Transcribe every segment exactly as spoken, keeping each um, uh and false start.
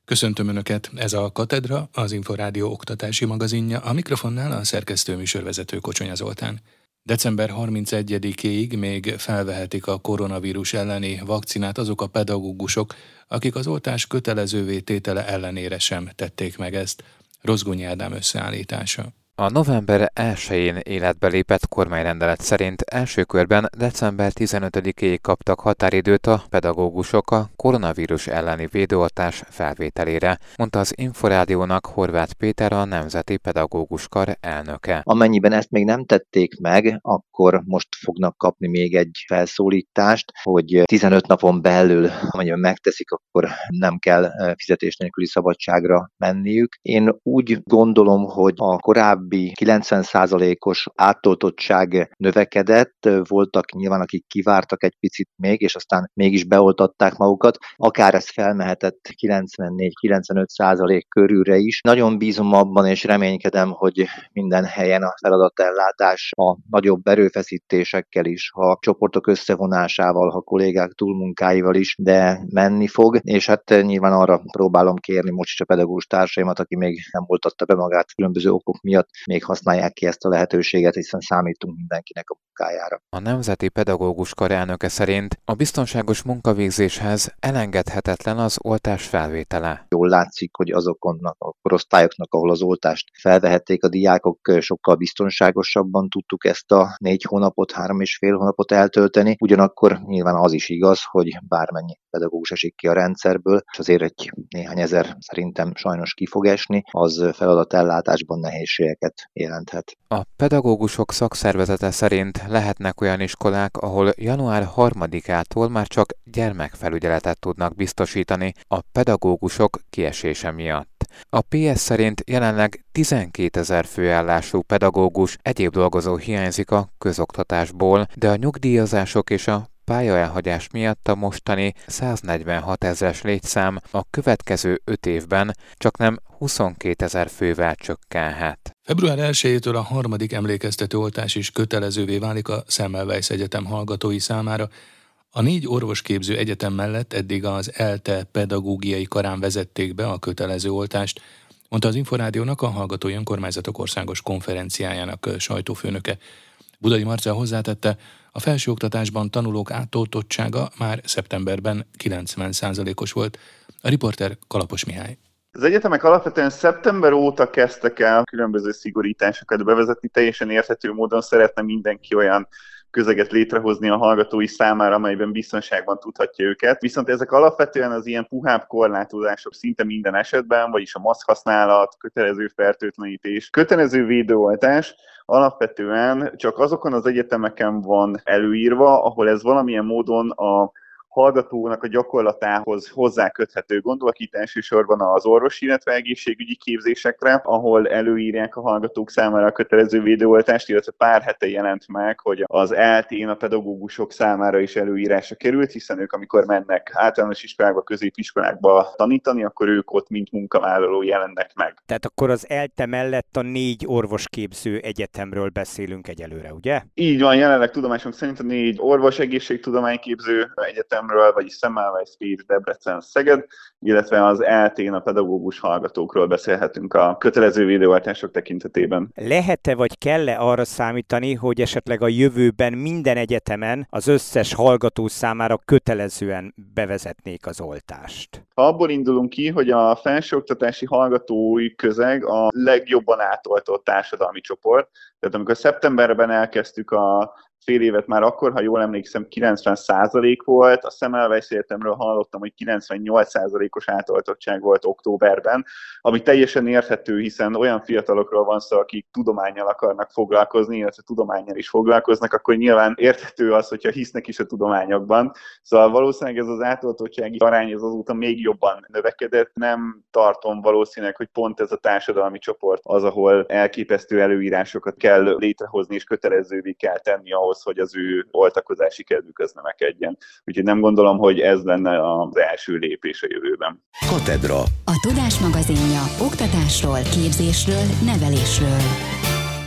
Köszöntöm Önöket, ez a Katedra, az Inforádió oktatási magazinja, a mikrofonnál a szerkesztő műsorvezető Kocsonya Zoltán. december harmincegyedikéig még felvehetik a koronavírus elleni vakcinát azok a pedagógusok, akik az oltás kötelezővé tétele ellenére sem tették meg ezt. Rozgonyi Ádám összeállítása. A november elsején életbe lépett kormányrendelet szerint első körben december tizenötödikéig kaptak határidőt a pedagógusok a koronavírus elleni védőoltás felvételére, mondta az Inforádiónak Horváth Péter, a Nemzeti Pedagógus Kar elnöke. Amennyiben ezt még nem tették meg, akkor most fognak kapni még egy felszólítást, hogy tizenöt napon belül, amennyiben megteszik, akkor nem kell fizetés nélküli szabadságra menniük. Én úgy gondolom, hogy a korábbi kilencven százalékos átoltottság növekedett, voltak nyilván, akik kivártak egy picit még, és aztán mégis beoltatták magukat, akár ez felmehetett kilencvennégy-kilencvenöt százalék körülre is. Nagyon bízom abban, és reménykedem, hogy minden helyen a feladatellátás a nagyobb erőfeszítésekkel is, ha a csoportok összevonásával, ha kollégák túlmunkáival is, de menni fog, és hát nyilván arra próbálom kérni most is a pedagógus társaimat, aki még nem oltatta be magát különböző okok miatt, még használják ki ezt a lehetőséget, hiszen számítunk mindenkinek a munkájára. A Nemzeti Pedagógus Kar elnöke szerint a biztonságos munkavégzéshez elengedhetetlen az oltás felvétele. Jól látszik, hogy azokon a korosztályoknak, ahol az oltást felvehették a diákok, sokkal biztonságosabban tudtuk ezt a négy hónapot, három és fél hónapot eltölteni. Ugyanakkor nyilván az is igaz, hogy bármennyi pedagógus esik ki a rendszerből, és azért egy néhány ezer szerintem sajnos ki fog esni, az feladatellátásban nehézségeket jelenthet. A pedagógusok szakszervezete szerint lehetnek olyan iskolák, ahol január harmadikától már csak gyermekfelügyeletet tudnak biztosítani a pedagógusok kiesése miatt. A pé es szerint jelenleg tizenkétezer főállású pedagógus, egyéb dolgozó hiányzik a közoktatásból, de a nyugdíjazások és a pályaelhagyás miatt a mostani száznegyvenhat ezres létszám a következő öt évben csaknem huszonkétezer fővel csökkenhet. február elsejétől a harmadik emlékeztető oltás is kötelezővé válik a Semmelweis Egyetem hallgatói számára. A négy orvosképző egyetem mellett eddig az ELTE pedagógiai karán vezették be a kötelező oltást, mondta az Inforádiónak a Hallgatói Önkormányzatok Országos Konferenciájának sajtófőnöke. Budai Marcell hozzátette, a felsőoktatásban tanulók átoltottsága már szeptemberben kilencven százalékos volt. A riporter Kalapos Mihály. Az egyetemek alapvetően szeptember óta kezdtek el különböző szigorításokat bevezetni, teljesen érthető módon szeretne mindenki olyan közeget létrehozni a hallgatói számára, amelyben biztonságban tudhatja őket. Viszont ezek alapvetően az ilyen puhább korlátozások szinte minden esetben, vagyis a maszk használat, kötelező fertőtlenítés, kötelező védőoltás, alapvetően csak azokon az egyetemeken van előírva, ahol ez valamilyen módon a hallgatónak a gyakorlatához hozzáköthető. Gondolok itt elsősorban az orvosi, illetve egészségügyi képzésekre, ahol előírják a hallgatók számára a kötelező védőoltást, illetve pár hete jelent meg, hogy az eltén a pedagógusok számára is előírásra került, hiszen ők, amikor mennek általános iskolákba, középiskolákba tanítani, akkor ők ott mint munkavállaló jelennek meg. Tehát akkor az ELTE mellett a négy orvosképző egyetemről beszélünk egyelőre, ugye? Így van, jelenleg tudomásunk szerint a négy orvos egészségtudományképző egyetem, vagyis Semmelweis, Pécs, Debrecen, Szeged, illetve az eltén a pedagógus hallgatókról beszélhetünk a kötelező védőoltások tekintetében. Lehet-e vagy kell-e arra számítani, hogy esetleg a jövőben minden egyetemen az összes hallgató számára kötelezően bevezetnék az oltást? Ha abból indulunk ki, hogy a felsőoktatási hallgatói közeg a legjobban átoltott társadalmi csoport, tehát amikor szeptemberben elkezdtük a fél évet már akkor, ha jól emlékszem, kilencven százalék volt, a Semmelweis Egyetemről hallottam, hogy kilencvennyolc százalékos átoltottság volt októberben, ami teljesen érthető, hiszen olyan fiatalokról van szó, akik tudománnyal akarnak foglalkozni, illetve tudománnyal is foglalkoznak, akkor nyilván érthető az, hogyha hisznek is a tudományokban. Szóval valószínűleg ez az átoltottsági arány ez azóta még jobban növekedett. Nem tartom valószínűleg, hogy pont ez a társadalmi csoport az, ahol elképesztő előírásokat kell létrehozni és kötelezővé kell tenni ahhoz, hogy az ő oltakozási kedvük az növekedjen. Úgyhogy nem gondolom, hogy ez lenne az első lépés a jövőben. Katedra. A Tudás magazinja oktatásról, képzésről, nevelésről.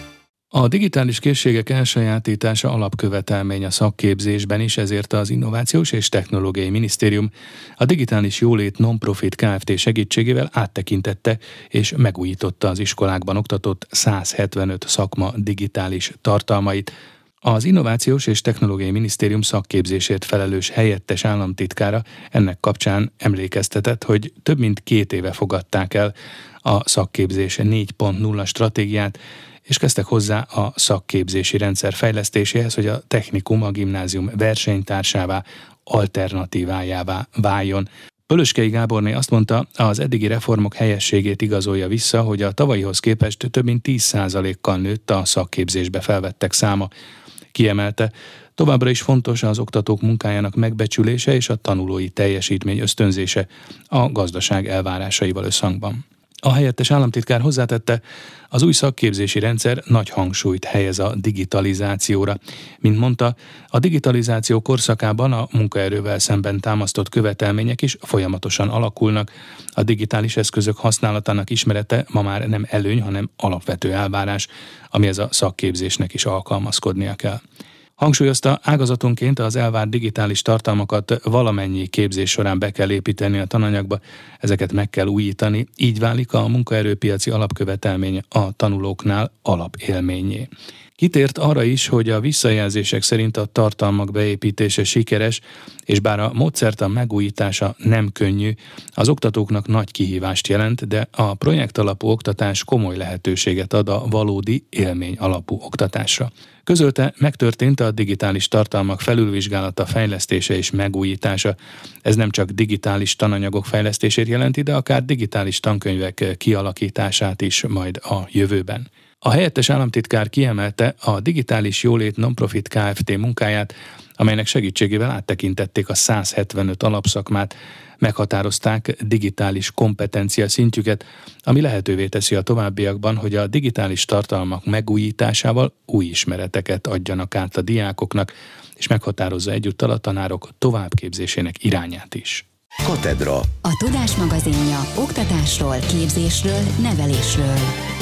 A digitális készségek elsajátítása alapkövetelmény a szakképzésben is, ezért az Innovációs és Technológiai Minisztérium a Digitális Jólét Non-Profit Kft. Segítségével áttekintette és megújította az iskolákban oktatott száz hetvenöt szakma digitális tartalmait. Az Innovációs és Technológiai Minisztérium szakképzésért felelős helyettes államtitkára ennek kapcsán emlékeztetett, hogy több mint két éve fogadták el a szakképzés négy pont nulla stratégiát, és kezdtek hozzá a szakképzési rendszer fejlesztéséhez, hogy a technikum a gimnázium versenytársává, alternatívájává váljon. Pölöskei Gáborné azt mondta, az eddigi reformok helyességét igazolja vissza, hogy a tavalyihoz képest több mint tíz százalékkal nőtt a szakképzésbe felvettek száma. Kiemelte, továbbra is fontos az oktatók munkájának megbecsülése és a tanulói teljesítmény ösztönzése a gazdaság elvárásaival összhangban. A helyettes államtitkár hozzátette, az új szakképzési rendszer nagy hangsúlyt helyez a digitalizációra. Mint mondta, a digitalizáció korszakában a munkaerővel szemben támasztott követelmények is folyamatosan alakulnak. A digitális eszközök használatának ismerete ma már nem előny, hanem alapvető elvárás, amihez a szakképzésnek is alkalmazkodnia kell. Hangsúlyozta, ágazatonként az elvárt digitális tartalmakat valamennyi képzés során be kell építeni a tananyagba, ezeket meg kell újítani, így válik a munkaerőpiaci alapkövetelmény a tanulóknál alapélményé. Kitért arra is, hogy a visszajelzések szerint a tartalmak beépítése sikeres, és bár a módszertan megújítása nem könnyű, az oktatóknak nagy kihívást jelent, de a projekt alapú oktatás komoly lehetőséget ad a valódi élmény alapú oktatásra. Közölte, megtörtént a digitális tartalmak felülvizsgálata, fejlesztése és megújítása. Ez nem csak digitális tananyagok fejlesztését jelenti, de akár digitális tankönyvek kialakítását is majd a jövőben. A helyettes államtitkár kiemelte a Digitális Jólét Non-Profit Kft. Munkáját, amelynek segítségével áttekintették a száz hetvenöt alapszakmát, meghatározták digitális kompetencia szintjüket, ami lehetővé teszi a továbbiakban, hogy a digitális tartalmak megújításával új ismereteket adjanak át a diákoknak, és meghatározza egyúttal a tanárok továbbképzésének irányát is. Katedra. A Tudás magazinja oktatásról, képzésről, nevelésről.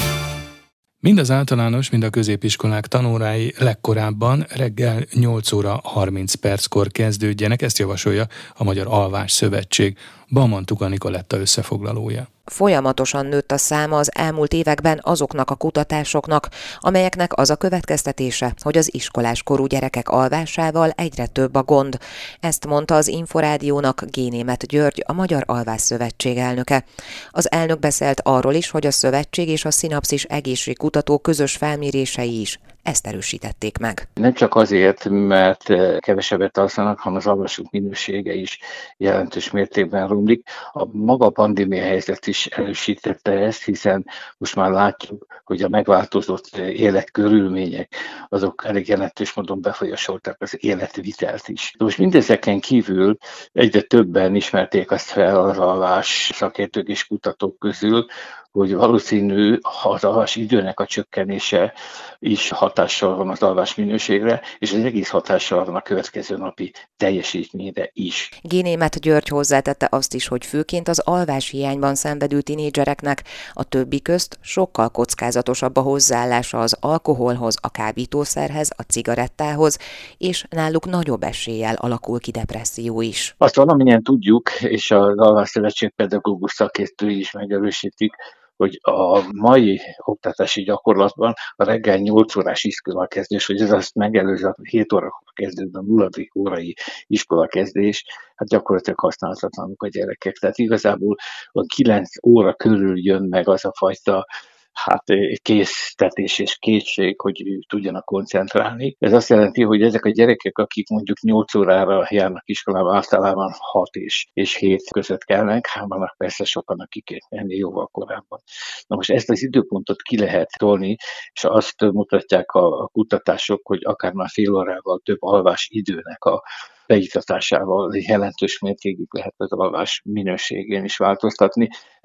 Mind az általános, mind a középiskolák tanórái legkorábban reggel nyolc óra harminc perckor kezdődjenek, ezt javasolja a Magyar Alvás Szövetség. Balman Tuka Nikoletta összefoglalója. Folyamatosan nőtt a száma az elmúlt években azoknak a kutatásoknak, amelyeknek az a következtetése, hogy az iskoláskorú gyerekek alvásával egyre több a gond. Ezt mondta az Inforádiónak Génémet György, a Magyar Alvás Szövetség elnöke. Az elnök beszélt arról is, hogy a szövetség és a Szinapszis egészségkutató közös felmérései is ezt erősítették meg. Nem csak azért, mert kevesebbet alszanak, hanem az alvásuk minősége is jelentős mértékben romlik. A maga pandémia helyzet is erősítette ezt, hiszen most már látjuk, hogy a megváltozott életkörülmények azok elég jelentős módon befolyásolták az életvitelt is. Most mindezeken kívül egyre többen ismerték azt fel az alvás szakértők és kutatók közül, hogy valószínű az alvás időnek a csökkenése is hatással van az alvás minőségre, és az egész hatással van a következő napi teljesítményre is. Génémet György hozzátette azt is, hogy főként az alvás hiányban szenvedő tinédzsereknek a többi közt sokkal kockázatosabb a hozzáállása az alkoholhoz, a kábítószerhez, a cigarettához, és náluk nagyobb eséllyel alakul ki depresszió is. Azt valamennyien tudjuk, és az Alvás Szövetség pedagógus szakértői is megerősítik, hogy a mai oktatási gyakorlatban a reggel nyolc órás iskolakezdés, hogy ez azt megelőzi a hét órakor kezdődő a nulladik órai iskolakezdés, hát gyakorlatilag használhatatlanok a gyerekek. Tehát igazából a kilenc óra körül jön meg az a fajta hát késztetés és készség, hogy tudjanak koncentrálni. Ez azt jelenti, hogy ezek a gyerekek, akik mondjuk nyolc órára járnak iskolába, általában hat és, és hét között kelnek, hát vannak persze sokan, akik ennél jóval korábban. Na most ezt az időpontot ki lehet tolni, és azt mutatják a, a kutatások, hogy akár már fél órával több alvás időnek a beiktatásával jelentős mértékig lehet az alvás minőségén is változtatni.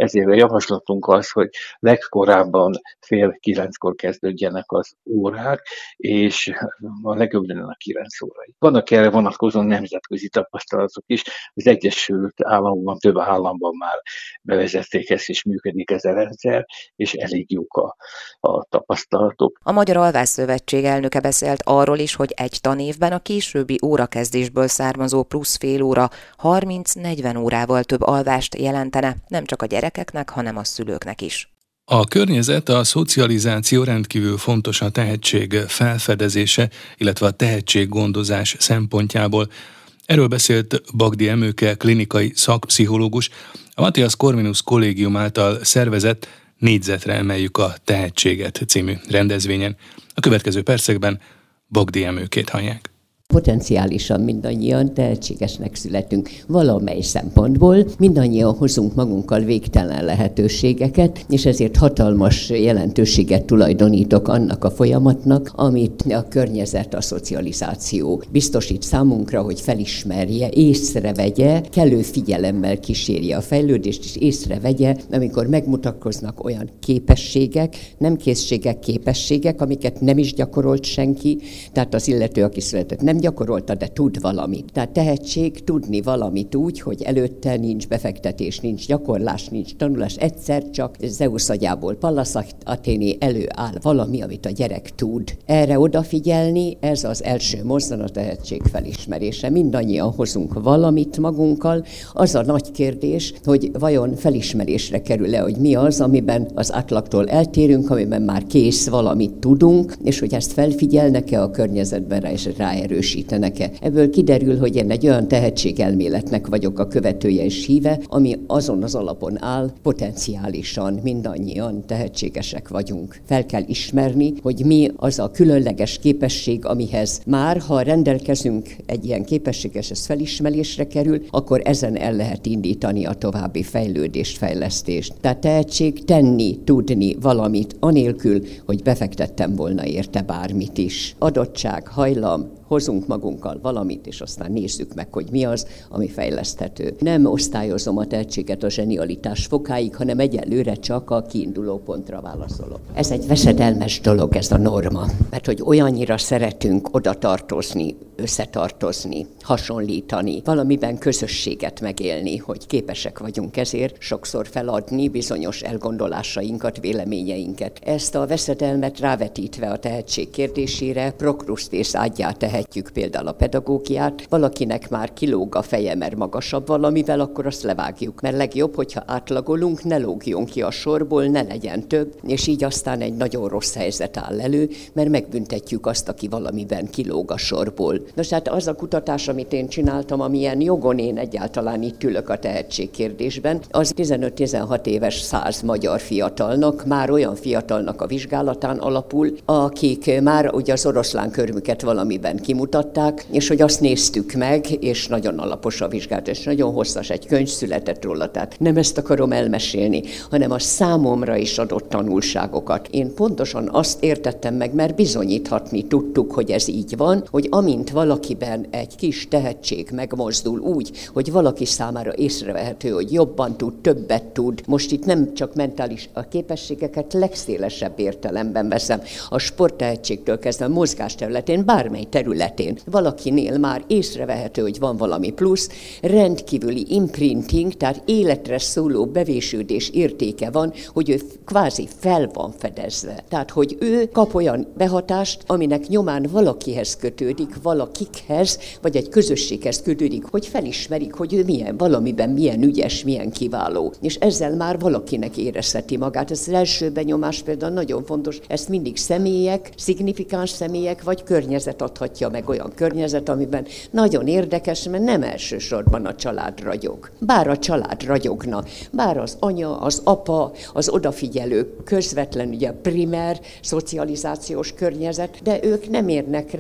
ezért a javaslatunk az, hogy legkorábban fél kilenckor kezdődjenek az órák, és a legjobb lenne a kilenc órai. Vannak erre vonatkozó nemzetközi tapasztalatok is, az Egyesült Államokban, több államban már bevezették ezt, és működik ez a rendszer, és elég jók a, a tapasztalatok. A Magyar Alvásszövetség elnöke beszélt arról is, hogy egy tanévben a későbbi órakezdésből származó plusz fél óra harminc-negyven órával több alvást jelentene, nem csak a gyerekeknek, hanem a szülőknek is. A környezet, a szocializáció rendkívül fontos a tehetség felfedezése, illetve a tehetséggondozás szempontjából. Erről beszélt Bagdi Emőke, klinikai szakpszichológus, a Matthias Corvinus Kollégium által szervezett Négyzetre emeljük a tehetséget című rendezvényen. A következő percekben Bagdi Emőkét hallják. Potenciálisan mindannyian tehetségesnek születünk valamely szempontból, mindannyian hozunk magunkkal végtelen lehetőségeket, és ezért hatalmas jelentőséget tulajdonítok annak a folyamatnak, amit a környezet, a szocializáció biztosít számunkra, hogy felismerje, észrevegye, kellő figyelemmel kísérje a fejlődést, és észrevegye, amikor megmutatkoznak olyan képességek, nem készségek, képességek, amiket nem is gyakorolt senki, tehát az illető, aki született, nem gyakorolta, de tud valamit. Tehát tehetség tudni valamit úgy, hogy előtte nincs befektetés, nincs gyakorlás, nincs tanulás, egyszer csak Zeusz agyából Pallas Athéné előáll valami, amit a gyerek tud. Erre odafigyelni, ez az első mozzanat, a tehetség felismerése. Mindannyian hozunk valamit magunkkal. Az a nagy kérdés, hogy vajon felismerésre kerül-e, hogy mi az, amiben az átlagtól eltérünk, amiben már kész valamit tudunk, és hogy ezt felfigyelnek-e a környezetben rá, és ráerősítenek-e. Ebből kiderül, hogy én egy olyan tehetségelméletnek vagyok a követője és híve, ami azon az alapon áll, potenciálisan mindannyian tehetségesek vagyunk. Fel kell ismerni, hogy mi az a különleges képesség, amihez már, ha rendelkezünk egy ilyen képességes, ez felismerésre kerül, akkor ezen el lehet indítani a további fejlődést, fejlesztést. Tehát tehetség tenni, tudni valamit, anélkül, hogy befektettem volna érte bármit is. Adottság, hajlam, hozunk magunkkal valamit, és aztán nézzük meg, hogy mi az, ami fejleszthető. Nem osztályozom a tehetséget a zsenialitás fokáig, hanem egyelőre csak a kiinduló pontra válaszolok. Ez egy veszedelmes dolog, ez a norma, mert hogy olyannyira szeretünk oda tartozni, összetartozni, hasonlítani, valamiben közösséget megélni, hogy képesek vagyunk ezért sokszor feladni bizonyos elgondolásainkat, véleményeinket. Ezt a veszedelmet rávetítve a tehetség kérdésére, Prokrusztész ágyát tehetjük például a pedagógiát, valakinek már kilóg a feje, mert magasabb valamivel, akkor azt levágjuk. Mert legjobb, hogyha átlagolunk, ne lógjon ki a sorból, ne legyen több, és így aztán egy nagyon rossz helyzet áll elő, mert megbüntetjük azt, aki valamiben kilóg a sorból. Nos, hát az a kutatás, amit én csináltam, amilyen jogon én egyáltalán itt ülök a tehetség kérdésben, az tizenöt-tizenhat éves száz magyar fiatalnak, már olyan fiatalnak a vizsgálatán alapul, akik már ugye az oroszlán körmüket valamiben kimutatták, és hogy azt néztük meg, és nagyon alapos a vizsgálat, és nagyon hosszas, egy könyv született róla, tehát nem ezt akarom elmesélni, hanem a számomra is adott tanulságokat. Én pontosan azt értettem meg, mert bizonyíthatni tudtuk, hogy ez így van, hogy amint valakiben egy kis tehetség megmozdul úgy, hogy valaki számára észrevehető, hogy jobban tud, többet tud. Most itt nem csak mentális a képességeket legszélesebb értelemben veszem. A sporttehetségtől kezdve a mozgás területén, bármely területén valakinél már észrevehető, hogy van valami plusz, rendkívüli imprinting, tehát életre szóló bevésődés értéke van, hogy ő kvázi fel van fedezve. Tehát, hogy ő kap olyan behatást, aminek nyomán valakihez kötődik, valakikhez, vagy egy közösséghez kötődik, hogy felismerik, hogy ő milyen, valamiben milyen ügyes, milyen kiváló. És ezzel már valakinek érezheti magát. Ez az első benyomás például nagyon fontos, ezt mindig személyek, szignifikáns személyek, vagy környezet adhatja meg, olyan környezet, amiben nagyon érdekes, mert nem elsősorban a család ragyog. Bár a család ragyogna, bár az anya, az apa, az odafigyelő közvetlen, ugye primer, szocializációs környezet, de ők nem érnek rá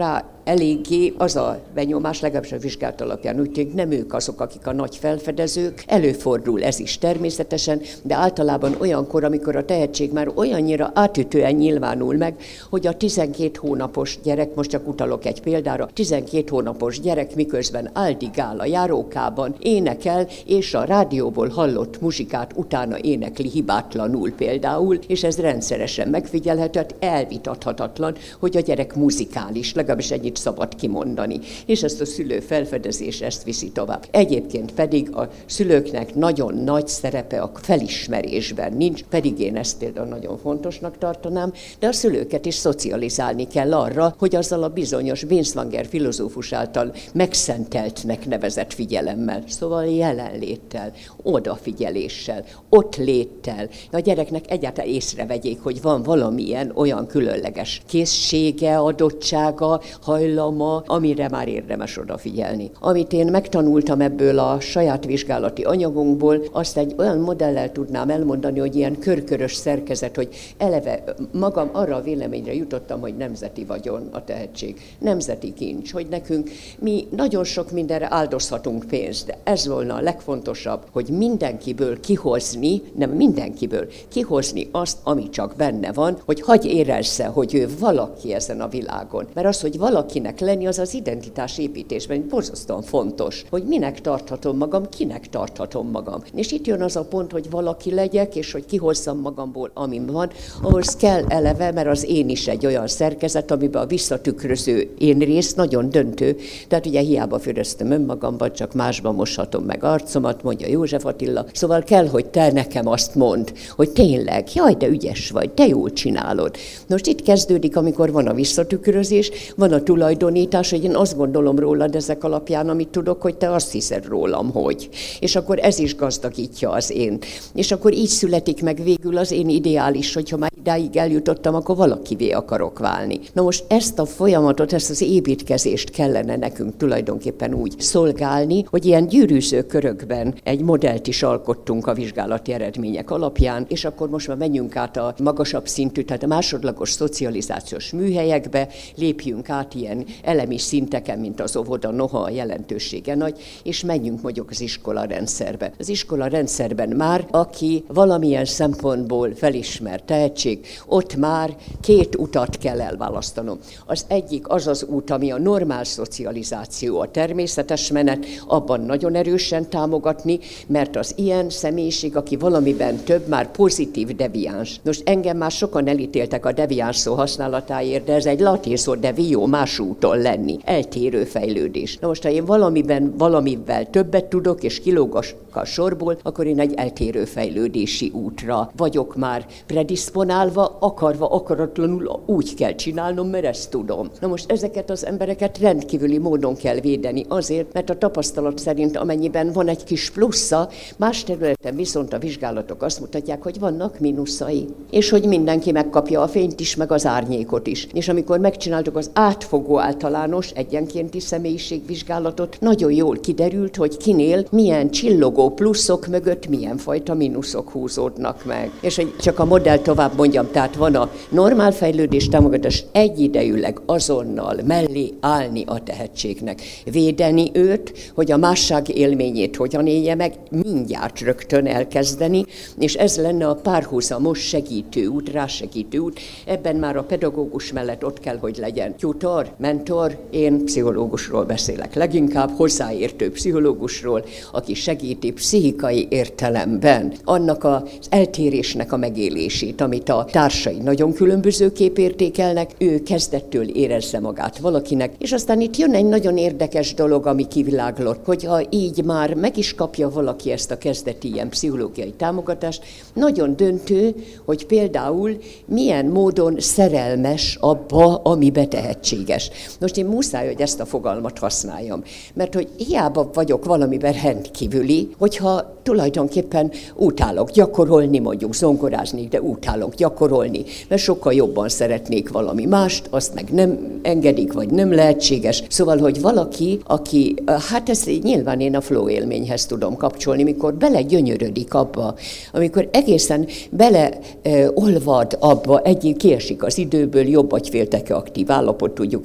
eléggé az a benyomás, legalábbis a vizsgálat alapján úgy tűnik, nem ők azok, akik a nagy felfedezők. Előfordul ez is természetesen, de általában olyankor, amikor a tehetség már olyannyira átütően nyilvánul meg, hogy a tizenkét hónapos gyerek, most csak utalok egy példára, tizenkét hónapos gyerek miközben áldigál a járókában, énekel, és a rádióból hallott muzsikát utána énekli hibátlanul például, és ez rendszeresen megfigyelhető, hát elvitathatatlan, hogy a gyerek muzikális, legalábbis ennyit szabad kimondani. És ezt a szülő felfedezés ezt viszi tovább. Egyébként pedig a szülőknek nagyon nagy szerepe a felismerésben nincs, pedig én ezt például nagyon fontosnak tartanám, de a szülőket is szocializálni kell arra, hogy azzal a bizonyos Binswanger filozófus által megszenteltnek nevezett figyelemmel, szóval jelenléttel, odafigyeléssel, ott léttel, a gyereknek egyáltalán észrevegyék, hogy van valamilyen olyan különleges készsége, adottsága, hajlama, amire már érdemes odafigyelni. Amit én megtanultam ebből a saját vizsgálati anyagunkból, azt egy olyan modellel tudnám elmondani, hogy ilyen körkörös szerkezet, hogy eleve magam arra a véleményre jutottam, hogy nemzeti vagyon a tehetség, nemzeti kincs, hogy nekünk mi nagyon sok mindenre áldozhatunk pénzt, de ez volna a legfontosabb, hogy mindenkiből kihozni, nem mindenkiből, kihozni azt, ami csak benne van, hogy hagy érezze, hogy ő valaki ezen a világon. Mert az, hogy valakinek lenni, az az identitás építésben borzasztóan fontos, hogy minek tarthatom magam, kinek tarthatom magam. És itt jön az a pont, hogy valaki legyek, és hogy kihozzam magamból, amim van, ahhoz kell eleve, mert az én is egy olyan szerkezet, amiben a visszatükröző én rész nagyon döntő. Tehát ugye hiába füröztöm önmagamban, csak másban moshatom meg arcomat, mondja József Attila. Szóval kell, hogy te nekem azt mondd, hogy tényleg, jaj, de ügyes vagy, te jól csinálod. Most itt kezdődik, amikor van a visszatükrözés, van a tulajdonítás, hogy én azt gondolom rólad ezek alapján, amit tudok, hogy te azt hiszed rólam, hogy. És akkor ez is gazdagítja az én. És akkor így születik meg végül az én ideális, hogyha már idáig eljutottam, akkor valakivé akarok válni. Na most ezt a folyamatot, ezt az építkezést kellene nekünk tulajdonképpen úgy szolgálni, hogy ilyen gyűrűző körökben egy modellt is alkottunk a vizsgálati eredmények alapján, és akkor most már menjünk át a magasabb szintű, tehát a másodlagos szocializációs műhelyekbe, lépjünk át ilyen elemi szinteken, mint az óvoda, noha a jelentősége nagy, és menjünk mondjuk az iskola rendszerbe. Az iskola rendszerben már, aki valamilyen szempontból felismert tehetség, ott már két utat kell elválasztanom. Az egyik az az út, ami a normál szocializáció, a természetes menet, abban nagyon erősen támogatni, mert az ilyen személyiség, aki valamiben több, már pozitív deviáns. Most engem már sokan elítéltek a deviáns szó használatáért, de ez egy latin szó, devio, más úton lenni, eltérő fejlődés. Na most, ha én valamiben valamivel többet tudok, és kilógok a sorból, akkor én egy eltérő fejlődési útra vagyok már predisponálva, akarva, akaratlanul úgy kell csinálnom, mert ezt tudom. Na most ezeket az embereket rendkívüli módon kell védeni azért, mert a tapasztalat szerint amennyiben van egy kis plusza, más területen viszont a vizsgálatok azt mutatják, hogy vannak mínuszai, és hogy mindenki megkapja a fényt is, meg az árnyékot is. És amikor megcsináltuk az átfogó általános egyenkénti személyiségvizsgálatot, nagyon jól kiderült, hogy kinél milyen csillogó pluszok mögött milyen fajta mínuszok húzódnak meg. És hogy csak a modell tovább mondjam, tehát van a normál fejlődés támogatás, egyidejűleg azonnal mellé állni a tehetségnek, védeni őt, hogy a másság élményét hogyan élje meg, mindjárt rögtön elkezdeni, és ez lenne a párhuzamos segítő út, rásegítő út. Ebben már a pedagógus mellett ott kell, hogy legyen tutor, mentor, én pszichológusról beszélek leginkább, hozzáértő pszichológusról, aki segíti pszichikai értelemben annak az eltérésnek a megélését, amit a társai nagyon különbözőképp értékelnek, ő kezdettől érezze magát valakinek, és aztán itt jön egy nagyon érdekes dolog, ami kiviláglott, hogyha így már meg is kapja valaki ezt a kezdeti ilyen pszichológiai támogatást, nagyon döntő, hogy például milyen módon szerelmes abba, amibe tehetséges. Most én muszáj, hogy ezt a fogalmat használjam, mert hogy hiába vagyok valamiben rendkívüli, hogyha tulajdonképpen utálok gyakorolni, mondjuk zongorázni, de utálok gyakorolni, mert sokkal jobban szeretnék valami mást, azt meg nem engedik, vagy nem lehetséges. Szóval, hogy valaki, aki, hát ezt nyilván én a flow élményhez tudom kapcsolni, mikor belegyönyörödik abba, amikor egészen beleolvad abba, egyik kiesik az időből, jobb agyfélteke aktív állapot, tudjuk,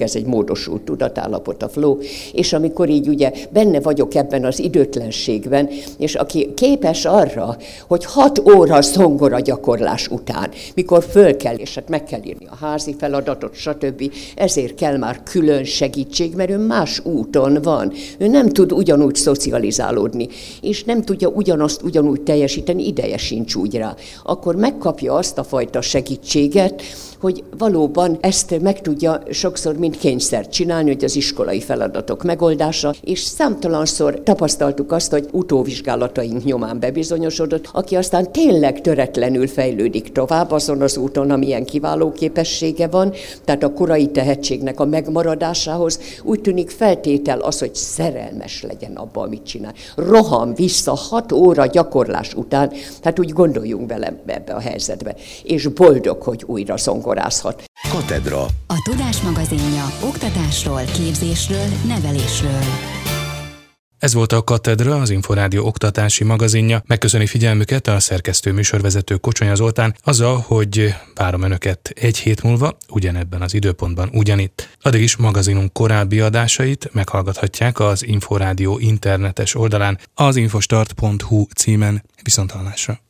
ez egy módosult tudatállapot, a flow, és amikor így ugye benne vagyok ebben az időtlenségben, és aki képes arra, hogy hat óra zongora gyakorlás után, mikor föl kell, és hát meg kell írni a házi feladatot, stb. Ezért kell már külön segítség, mert ő más úton van. Ő nem tud ugyanúgy szocializálódni, és nem tudja ugyanazt ugyanúgy teljesíteni, ideje sincs úgy rá. Akkor megkapja azt a fajta segítséget, hogy valóban ezt meg tudja sokszor mint kényszert csinálni, hogy az iskolai feladatok megoldása, és számtalanszor tapasztaltuk azt, hogy utóvizsgálataink nyomán bebizonyosodott, aki aztán tényleg töretlenül fejlődik tovább azon az úton, amilyen kiváló képessége van, tehát a korai tehetségnek a megmaradásához úgy tűnik feltétel az, hogy szerelmes legyen abba, amit csinál. Rohan vissza hat óra gyakorlás után, tehát úgy gondoljunk bele ebbe a helyzetbe, és boldog, hogy újra zongorázhat. Katedra. A Tudás magazinja oktatásról, képzésről, nevelésről. Ez volt a Katedra, az Inforádió oktatási magazinja. Megköszöni figyelmüket a szerkesztő műsorvezető Kocsonya Zoltán, azzal, hogy várom önöket egy hét múlva, ugyanebben az időpontban, ugyanitt. Addig is magazinunk korábbi adásait meghallgathatják az Inforádió internetes oldalán, az infostart pont hu címen. Viszonthallásra.